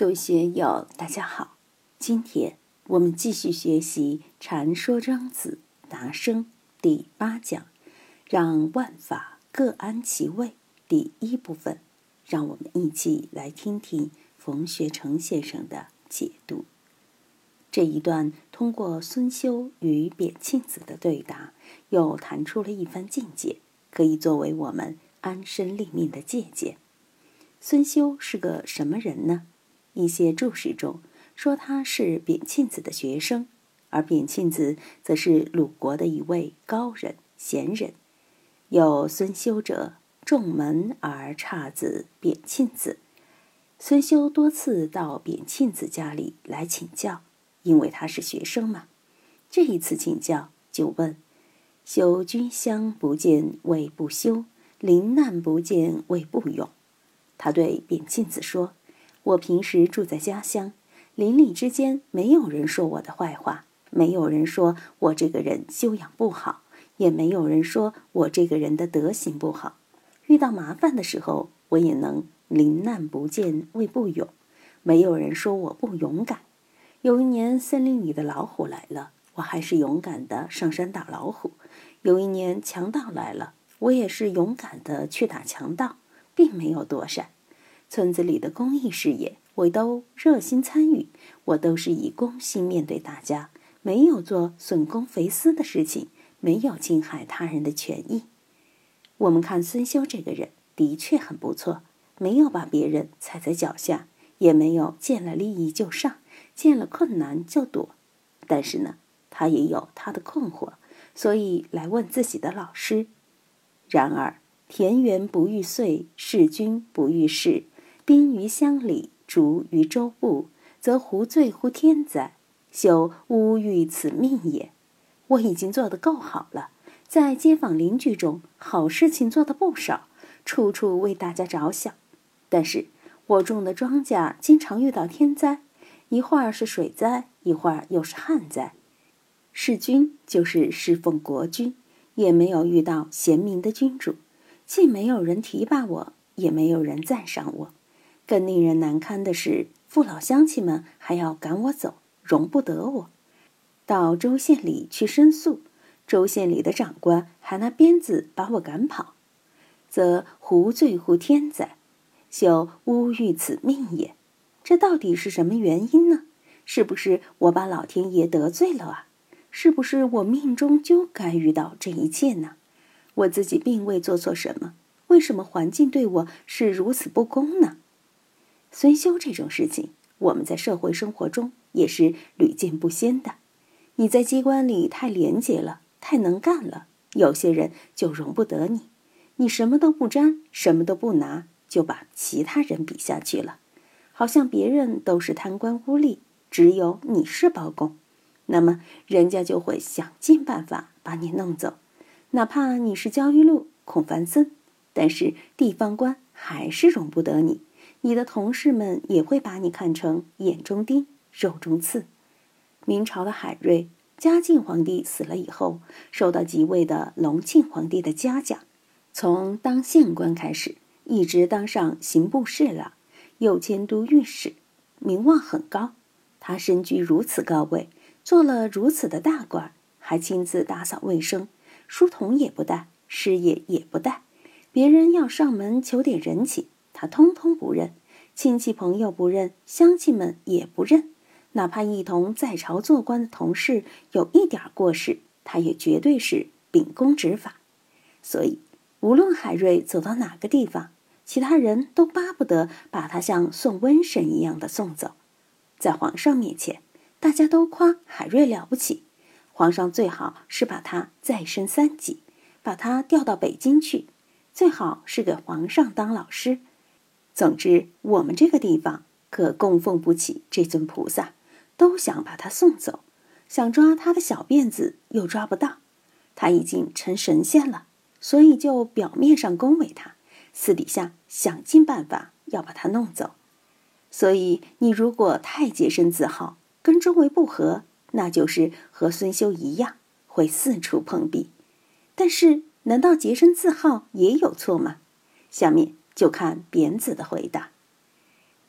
各位学友，大家好。今天我们继续学习《禅说庄子达生》第8讲，让万法各安其位第1部分。让我们一起来听听冯学成先生的解读。这一段通过孙修与扁庆子的对答，又谈出了一番境界，可以作为我们安身立命的借鉴。孙修是个什么人呢？一些注释中说他是扁庆子的学生，而扁庆子则是鲁国的一位高人贤人。有孙修者，重门而差子扁庆子。孙修多次到扁庆子家里来请教，因为他是学生嘛。这一次请教就问：修君乡不见为不修，临难不见为不勇。他对扁庆子说：我平时住在家乡，邻里之间没有人说我的坏话，没有人说我这个人修养不好，也没有人说我这个人的德行不好。遇到麻烦的时候，我也能临难不见为不勇，没有人说我不勇敢。有一年森林里的老虎来了，我还是勇敢的上山打老虎。有一年强盗来了，我也是勇敢的去打强盗，并没有躲闪。村子里的公益事业，我都热心参与，我都是以公心面对大家，没有做损公肥私的事情，没有侵害他人的权益。我们看孙修这个人的确很不错，没有把别人踩在脚下，也没有见了利益就上，见了困难就躲。但是呢，他也有他的困惑，所以来问自己的老师。然而田园不遇岁，事君不遇事，宾于乡里，逐于州部，则胡罪乎天哉？修吾欲此命也。我已经做得够好了，在街坊邻居中，好事情做得不少，处处为大家着想。但是我种的庄稼经常遇到天灾，一会儿是水灾，一会儿又是旱灾。弑君就是侍奉国君，也没有遇到贤明的君主，既没有人提拔我，也没有人赞赏我。更令人难堪的是，父老乡亲们还要赶我走，容不得我。到州县里去申诉，州县里的长官还拿鞭子把我赶跑，则胡罪乎天哉？修吾欲此命也。这到底是什么原因呢？是不是我把老天爷得罪了啊？是不是我命中就该遇到这一切呢？我自己并未做错什么，为什么环境对我是如此不公呢？孙修这种事情，我们在社会生活中也是屡见不鲜的。你在机关里太廉洁了，太能干了，有些人就容不得你。你什么都不沾，什么都不拿，就把其他人比下去了，好像别人都是贪官污吏，只有你是包公。那么人家就会想尽办法把你弄走，哪怕你是焦裕禄、孔繁森，但是地方官还是容不得你。你的同事们也会把你看成眼中钉、肉中刺。明朝的海瑞，嘉靖皇帝死了以后，受到即位的隆庆皇帝的嘉奖，从当县官开始，一直当上刑部侍郎，又迁都御史，名望很高。他身居如此高位，做了如此的大官，还亲自打扫卫生，书童也不带，师爷也不带，别人要上门求点人情，他通通不认，亲戚朋友不认，乡亲们也不认，哪怕一同在朝做官的同事有一点过失，他也绝对是秉公执法。所以无论海瑞走到哪个地方，其他人都巴不得把他像送瘟神一样的送走。在皇上面前，大家都夸海瑞了不起，皇上最好是把他再升3级，把他调到北京去，最好是给皇上当老师。总之，我们这个地方可供奉不起这尊菩萨，都想把他送走，想抓他的小辫子又抓不到。他已经成神仙了，所以就表面上恭维他，私底下想尽办法要把他弄走。所以你如果太洁身自好，跟周围不合，那就是和孙修一样，会四处碰壁。但是难道洁身自好也有错吗？下面就看扁子的回答。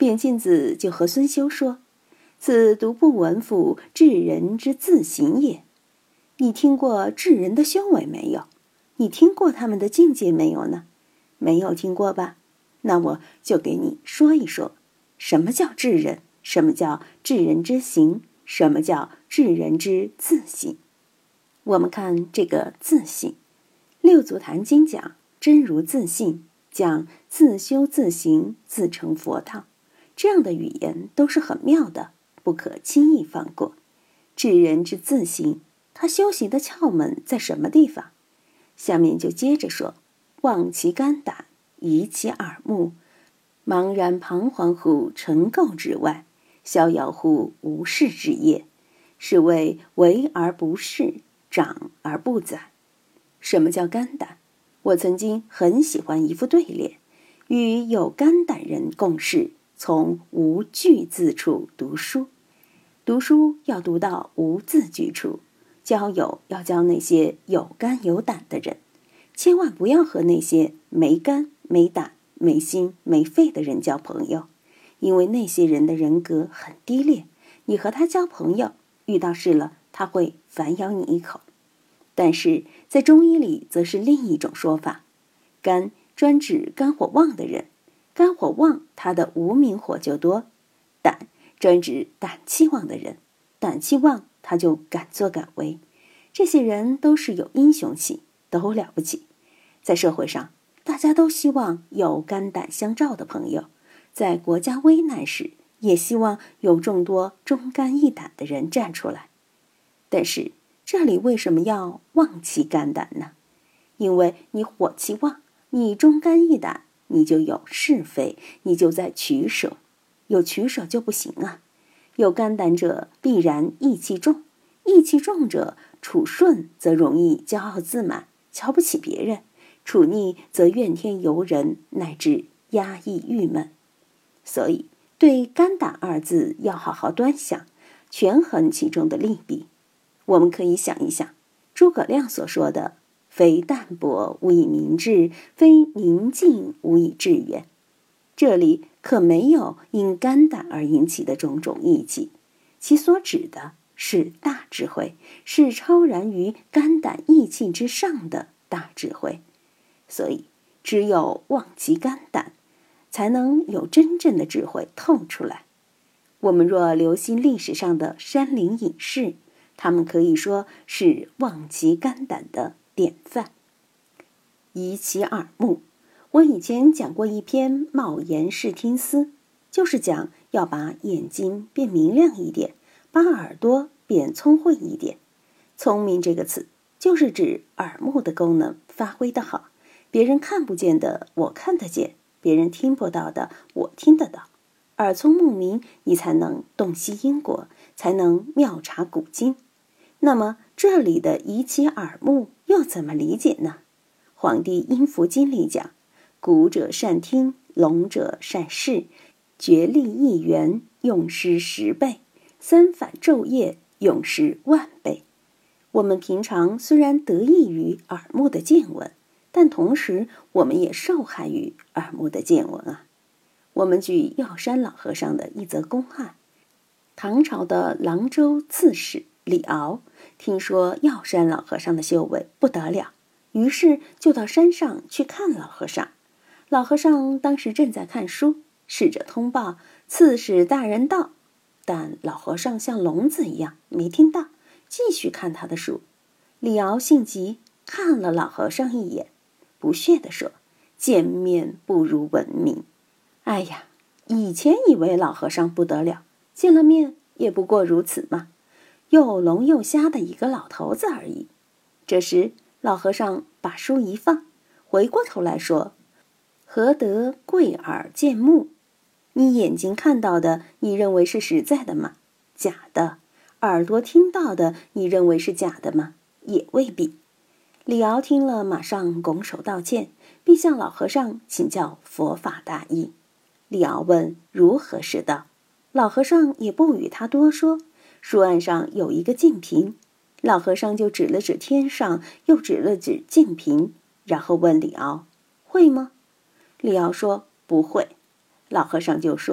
扁镜子就和孙修说：“此独不闻夫智人之自省也。”你听过智人的修为没有？你听过他们的境界没有呢？没有听过吧？那我就给你说一说，什么叫智人？什么叫智人之行？什么叫智人之自省？我们看这个自省，六祖坛经讲真如自性，讲自修自行自成佛道，这样的语言都是很妙的，不可轻易放过。智人之自省，他修行的窍门在什么地方？下面就接着说：望其肝胆，移其耳目，茫然彷徨乎尘垢之外，逍遥乎无事之业，是谓为而不恃，长而不宰。什么叫肝胆？我曾经很喜欢一副对联：与有肝胆人共事，从无句字处读书。读书要读到无字句处，交友要交那些有肝有胆的人，千万不要和那些没肝没胆没心没肺的人交朋友，因为那些人的人格很低劣，你和他交朋友，遇到事了他会反咬你一口。但是在中医里则是另一种说法，肝专指肝火旺的人，肝火旺他的无名火就多；胆专指胆气旺的人，胆气旺他就敢作敢为。这些人都是有英雄气，都了不起。在社会上，大家都希望有肝胆相照的朋友，在国家危难时，也希望有众多忠肝义胆的人站出来。但是这里为什么要旺其肝胆呢？因为你火气旺，你忠肝义胆，你就有是非，你就在取舍，有取舍就不行啊。有肝胆者必然义气重，义气重者处顺则容易骄傲自满，瞧不起别人，处逆则怨天尤人，乃至压抑郁闷。所以对肝胆二字要好好端详，权衡其中的利弊。我们可以想一想诸葛亮所说的非淡泊无以明志，非宁静无以致远，这里可没有因肝胆而引起的种种义气，其所指的是大智慧，是超然于肝胆义气之上的大智慧。所以只有旺其肝胆，才能有真正的智慧透出来。我们若留心历史上的山林隐士，他们可以说是旺其肝胆的典范。移其耳目，我以前讲过一篇冒言视听思，就是讲要把眼睛变明亮一点，把耳朵变聪慧一点。聪明这个词就是指耳目的功能发挥得好，别人看不见的我看得见，别人听不到的我听得到。耳聪目明，你才能洞悉因果，才能妙察古今。那么这里的移其耳目又怎么理解呢？黄帝阴符经里讲，古者善听，聋者善视，觉力一元，用时10倍，三反昼夜，用时10000倍。我们平常虽然得益于耳目的见闻，但同时我们也受害于耳目的见闻啊。我们举药山老和尚的一则公案。唐朝的郎州刺史李敖听说药山老和尚的修为不得了，于是就到山上去看老和尚。老和尚当时正在看书，侍者通报刺史大人到，但老和尚像聋子一样没听到，继续看他的书。李敖性急，看了老和尚一眼，不屑地说：“见面不如闻名。”哎呀，以前以为老和尚不得了，见了面也不过如此嘛，又聋又瞎的一个老头子而已。这时老和尚把书一放，回过头来说：“何得贵耳见目？你眼睛看到的，你认为是实在的吗？假的。耳朵听到的，你认为是假的吗？也未必。”李敖听了，马上拱手道歉，并向老和尚请教佛法大义。李敖问如何是道，老和尚也不与他多说。书案上有一个净瓶，老和尚就指了指天上，又指了指净瓶，然后问李敖：“会吗？”李敖说：“不会。”老和尚就说：“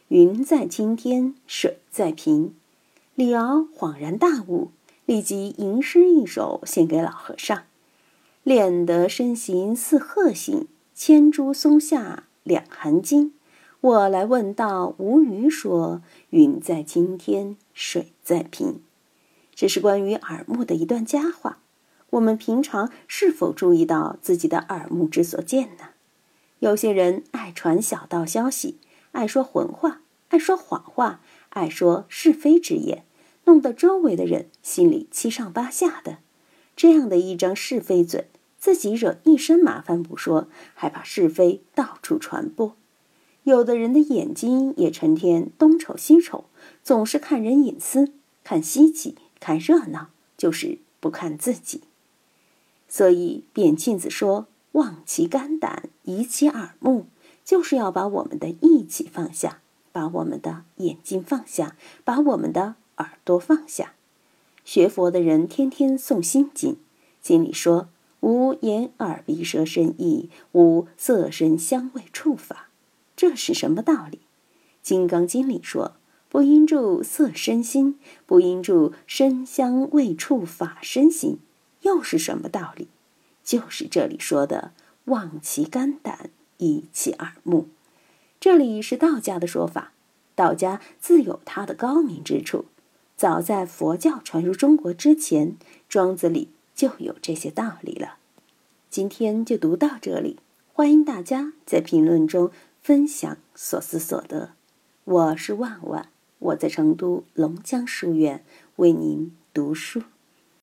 云在青天，水在瓶。李敖恍然大悟，立即吟诗一首献给老和尚：练得身形似鹤行，千株松下两寒金。我来问道无鱼说，云在青天，水在瓶。这是关于耳目的一段佳话。我们平常是否注意到自己的耳目之所见呢？有些人爱传小道消息，爱说混话，爱说谎话，爱说是非之言，弄得周围的人心里七上八下的。这样的一张是非嘴，自己惹一身麻烦不说，还把是非到处传播。有的人的眼睛也成天东瞅西瞅，总是看人隐私，看稀奇，看热闹，就是不看自己。所以扁庆子说，忘其肝胆，移其耳目，就是要把我们的义气放下，把我们的眼睛放下，把我们的耳朵放下。学佛的人天天诵心经，经里说无眼耳鼻舌身意，无色声香味触法，这是什么道理？金刚经里说不应住色身心，不应住声香味触法身心，又是什么道理？就是这里说的忘其肝胆，移其耳目。这里是道家的说法，道家自有它的高明之处。早在佛教传入中国之前，庄子里就有这些道理了。今天就读到这里，欢迎大家在评论中分享所思所得。我是万万，我在成都龙江书院为您读书。